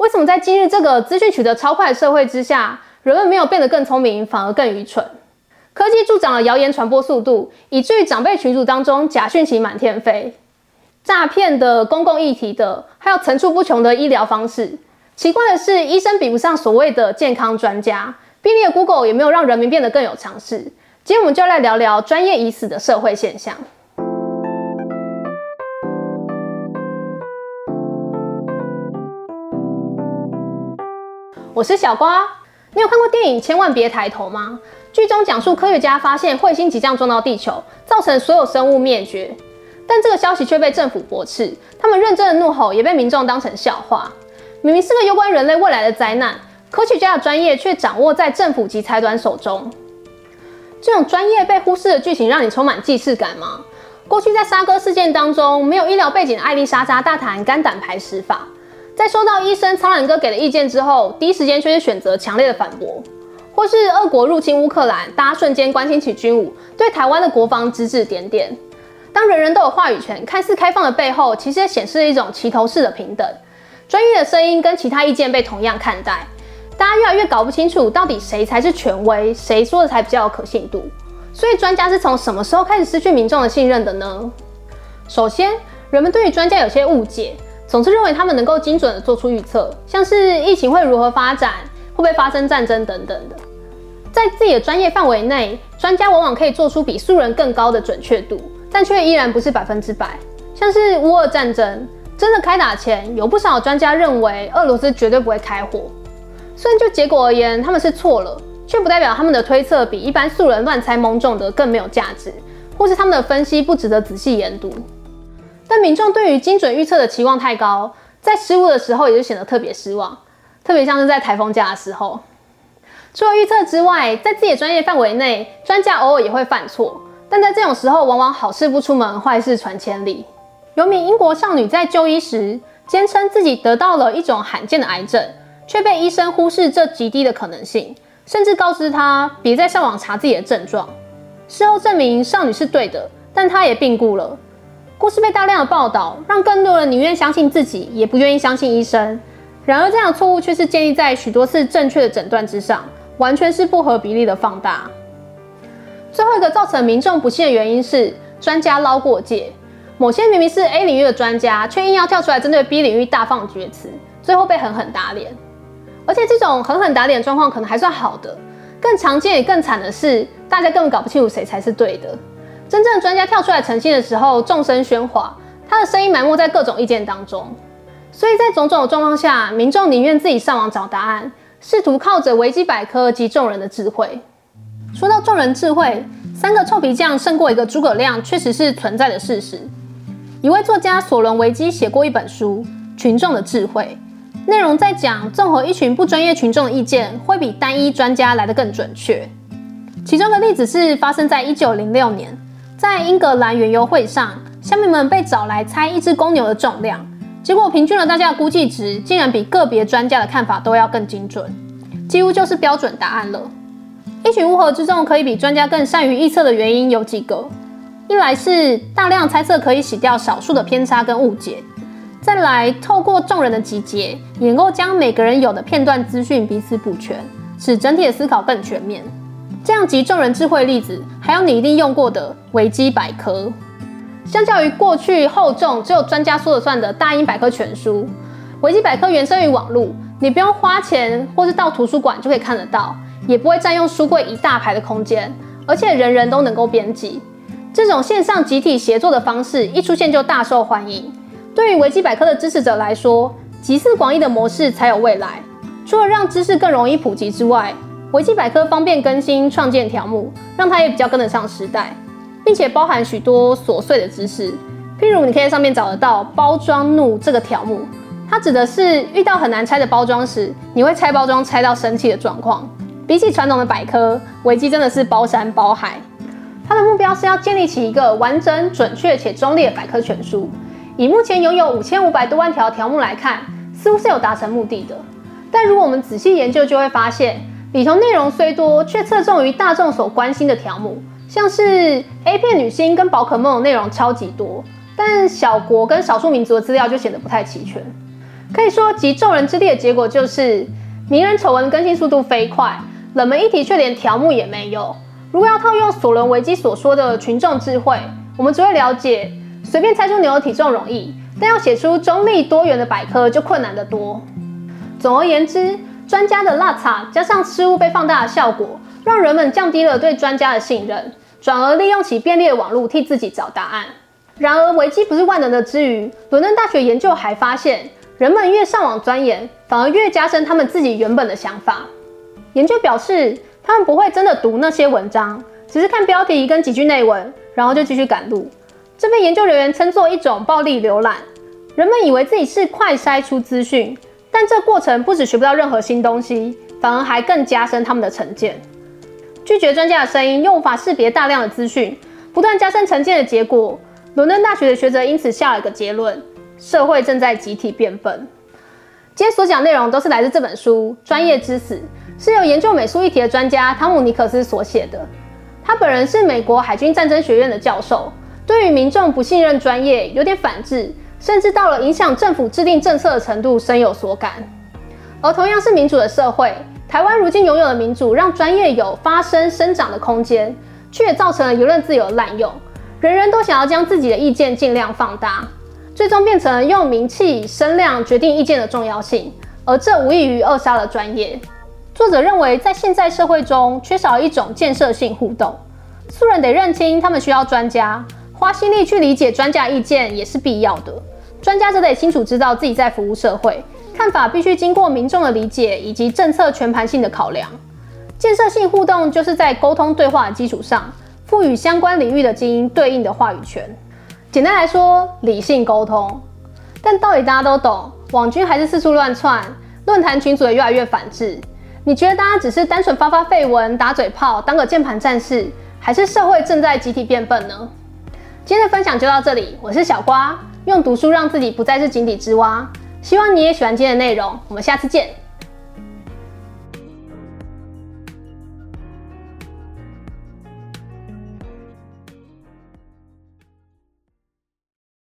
为什么在今日这个资讯取得超快的社会之下，人们没有变得更聪明，反而更愚蠢？科技助长了谣言传播速度，以至于长辈群组当中假讯息满天飞，诈骗的、公共议题的，还有层出不穷的医疗方式。奇怪的是，医生比不上所谓的健康专家，便利的 Google 也没有让人民变得更有常识。今天我们就来聊聊专业已死的社会现象。我是小瓜，你有看过电影《千万别抬头》吗？剧中讲述科学家发现彗星即将撞到地球，造成所有生物灭绝，但这个消息却被政府驳斥，他们认真的怒吼也被民众当成笑话。明明是个攸关人类未来的灾难，科学家的专业却掌握在政府及财团手中。这种专业被忽视的剧情让你充满既视感吗？过去在沙哥事件当中，没有医疗背景的艾丽莎莎大谈肝胆排石法，在收到医生苍兰哥给的意见之后，第一时间却是选择强烈的反驳。或是俄国入侵乌克兰，大家瞬间关心起军武，对台湾的国防指指点点。当人人都有话语权，看似开放的背后，其实也显示了一种齐头式的平等。专业的声音跟其他意见被同样看待，大家越来越搞不清楚到底谁才是权威，谁说的才比较有可信度。所以专家是从什么时候开始失去民众的信任的呢？首先，人们对于专家有些误解，总是认为他们能够精准的做出预测，像是疫情会如何发展，会不会发生战争等等的。在自己的专业范围内，专家往往可以做出比素人更高的准确度，但却依然不是100%。像是乌俄战争，真的开打前，有不少专家认为俄罗斯绝对不会开火。虽然就结果而言，他们是错了，却不代表他们的推测比一般素人乱猜蒙中的更没有价值，或是他们的分析不值得仔细研读。但民众对于精准预测的期望太高，在失误的时候也就显得特别失望，特别像是在台风假的时候。除了预测之外，在自己的专业范围内，专家偶尔也会犯错，但在这种时候，往往好事不出门，坏事传千里。有名英国少女在就医时，坚称自己得到了一种罕见的癌症，却被医生忽视这极低的可能性，甚至告知她别再上网查自己的症状。事后证明少女是对的，但她也病故了。故事被大量的报道，让更多人宁愿相信自己，也不愿意相信医生。然而，这样的错误却是建立在许多次正确的诊断之上，完全是不合比例的放大。最后一个造成民众不信的原因是专家捞过界。某些明明是 A 领域的专家，却硬要跳出来针对 B 领域大放厥词，最后被狠狠打脸。而且这种狠狠打脸状况可能还算好的，更常见也更惨的是，大家根本搞不清楚谁才是对的。真正的专家跳出来澄清的时候，众声喧哗，他的声音埋没在各种意见当中。所以在种种的状况下，民众宁愿自己上网找答案，试图靠着维基百科及众人的智慧。说到众人智慧，3个臭皮匠胜过1个诸葛亮，确实是存在的事实。一位作家索伦维基写过一本书《群众的智慧》，内容在讲综合一群不专业群众的意见，会比单一专家来得更准确。其中的例子是发生在1906年，在英格兰园游会上，乡民们被找来猜一只公牛的重量，结果平均了大家的估计值，竟然比个别专家的看法都要更精准，几乎就是标准答案了。一群乌合之众可以比专家更善于预测的原因有几个。一来是大量猜测可以洗掉少数的偏差跟误解，再来透过众人的集结，也能够将每个人有的片段资讯彼此补全，使整体的思考更全面。这样集众人智慧的例子，还有你一定用过的维基百科。相较于过去厚重只有专家说了算的大英百科全书，维基百科原生于网络，你不用花钱或是到图书馆就可以看得到，也不会占用书柜一大排的空间，而且人人都能够编辑。这种线上集体协作的方式一出现就大受欢迎。对于维基百科的支持者来说，集思广益的模式才有未来。除了让知识更容易普及之外，维基百科方便更新创建条目，让它也比较跟得上时代，并且包含许多琐碎的知识。譬如你可以在上面找得到包装怒这个条目，它指的是遇到很难拆的包装时，你会拆包装拆到生气的状况。比起传统的百科，维基真的是包山包海。它的目标是要建立起一个完整、准确且中立的百科全书。以目前拥有5500多万条条目来看，似乎是有达成目的的。但如果我们仔细研究，就会发现里头内容虽多，却侧重于大众所关心的条目，像是 A 片女星跟宝可梦的内容超级多，但小国跟少数民族的资料就显得不太齐全。 可以说集众人之力的结果就是名人丑闻更新速度飞快，冷门议题却连条目也没有。如果要套用索伦维基所说的群众智慧，我们只会了解随便猜出牛的体重容易，但要写出中立多元的百科就困难得多。总而言之，专家的落差加上失误被放大的效果，让人们降低了对专家的信任，转而利用起便利的网络替自己找答案。然而，维基不是万能的之余，伦敦大学研究还发现，人们越上网钻研，反而越加深他们自己原本的想法。研究表示，他们不会真的读那些文章，只是看标题跟几句内文，然后就继续赶路。这被研究人员称作一种暴力浏览。人们以为自己是快筛出资讯，但这过程不只学不到任何新东西，反而还更加深他们的成见。拒绝专家的声音，又无法识别大量的资讯，不断加深成见的结果。伦敦大学的学者因此下了一个结论：社会正在集体变笨。今天所讲内容都是来自这本书《专业之死》，是由研究美术议题的专家汤姆尼克斯所写的。他本人是美国海军战争学院的教授，对于民众不信任专业、有点反智，甚至到了影响政府制定政策的程度深有所感。而同样是民主的社会，台湾如今拥有的民主让专业有发声生长的空间，却也造成了言论自由的滥用。人人都想要将自己的意见尽量放大，最终变成用名气、声量决定意见的重要性，而这无异于扼杀了专业。作者认为，在现在社会中缺少一种建设性互动，素人得认清他们需要专家，花心力去理解专家意见也是必要的。专家则得清楚知道自己在服务社会，看法必须经过民众的理解以及政策全盘性的考量。建设性互动就是在沟通对话的基础上，赋予相关领域的精英对应的话语权。简单来说，理性沟通。但道理大家都懂，网军还是四处乱窜，论坛群组也越来越反智。你觉得大家只是单纯发绯闻、打嘴炮，当个键盘战士，还是社会正在集体变笨呢？今天的分享就到这里，我是小瓜，用读书让自己不再是井底之蛙。希望你也喜欢今天的内容，我们下次见。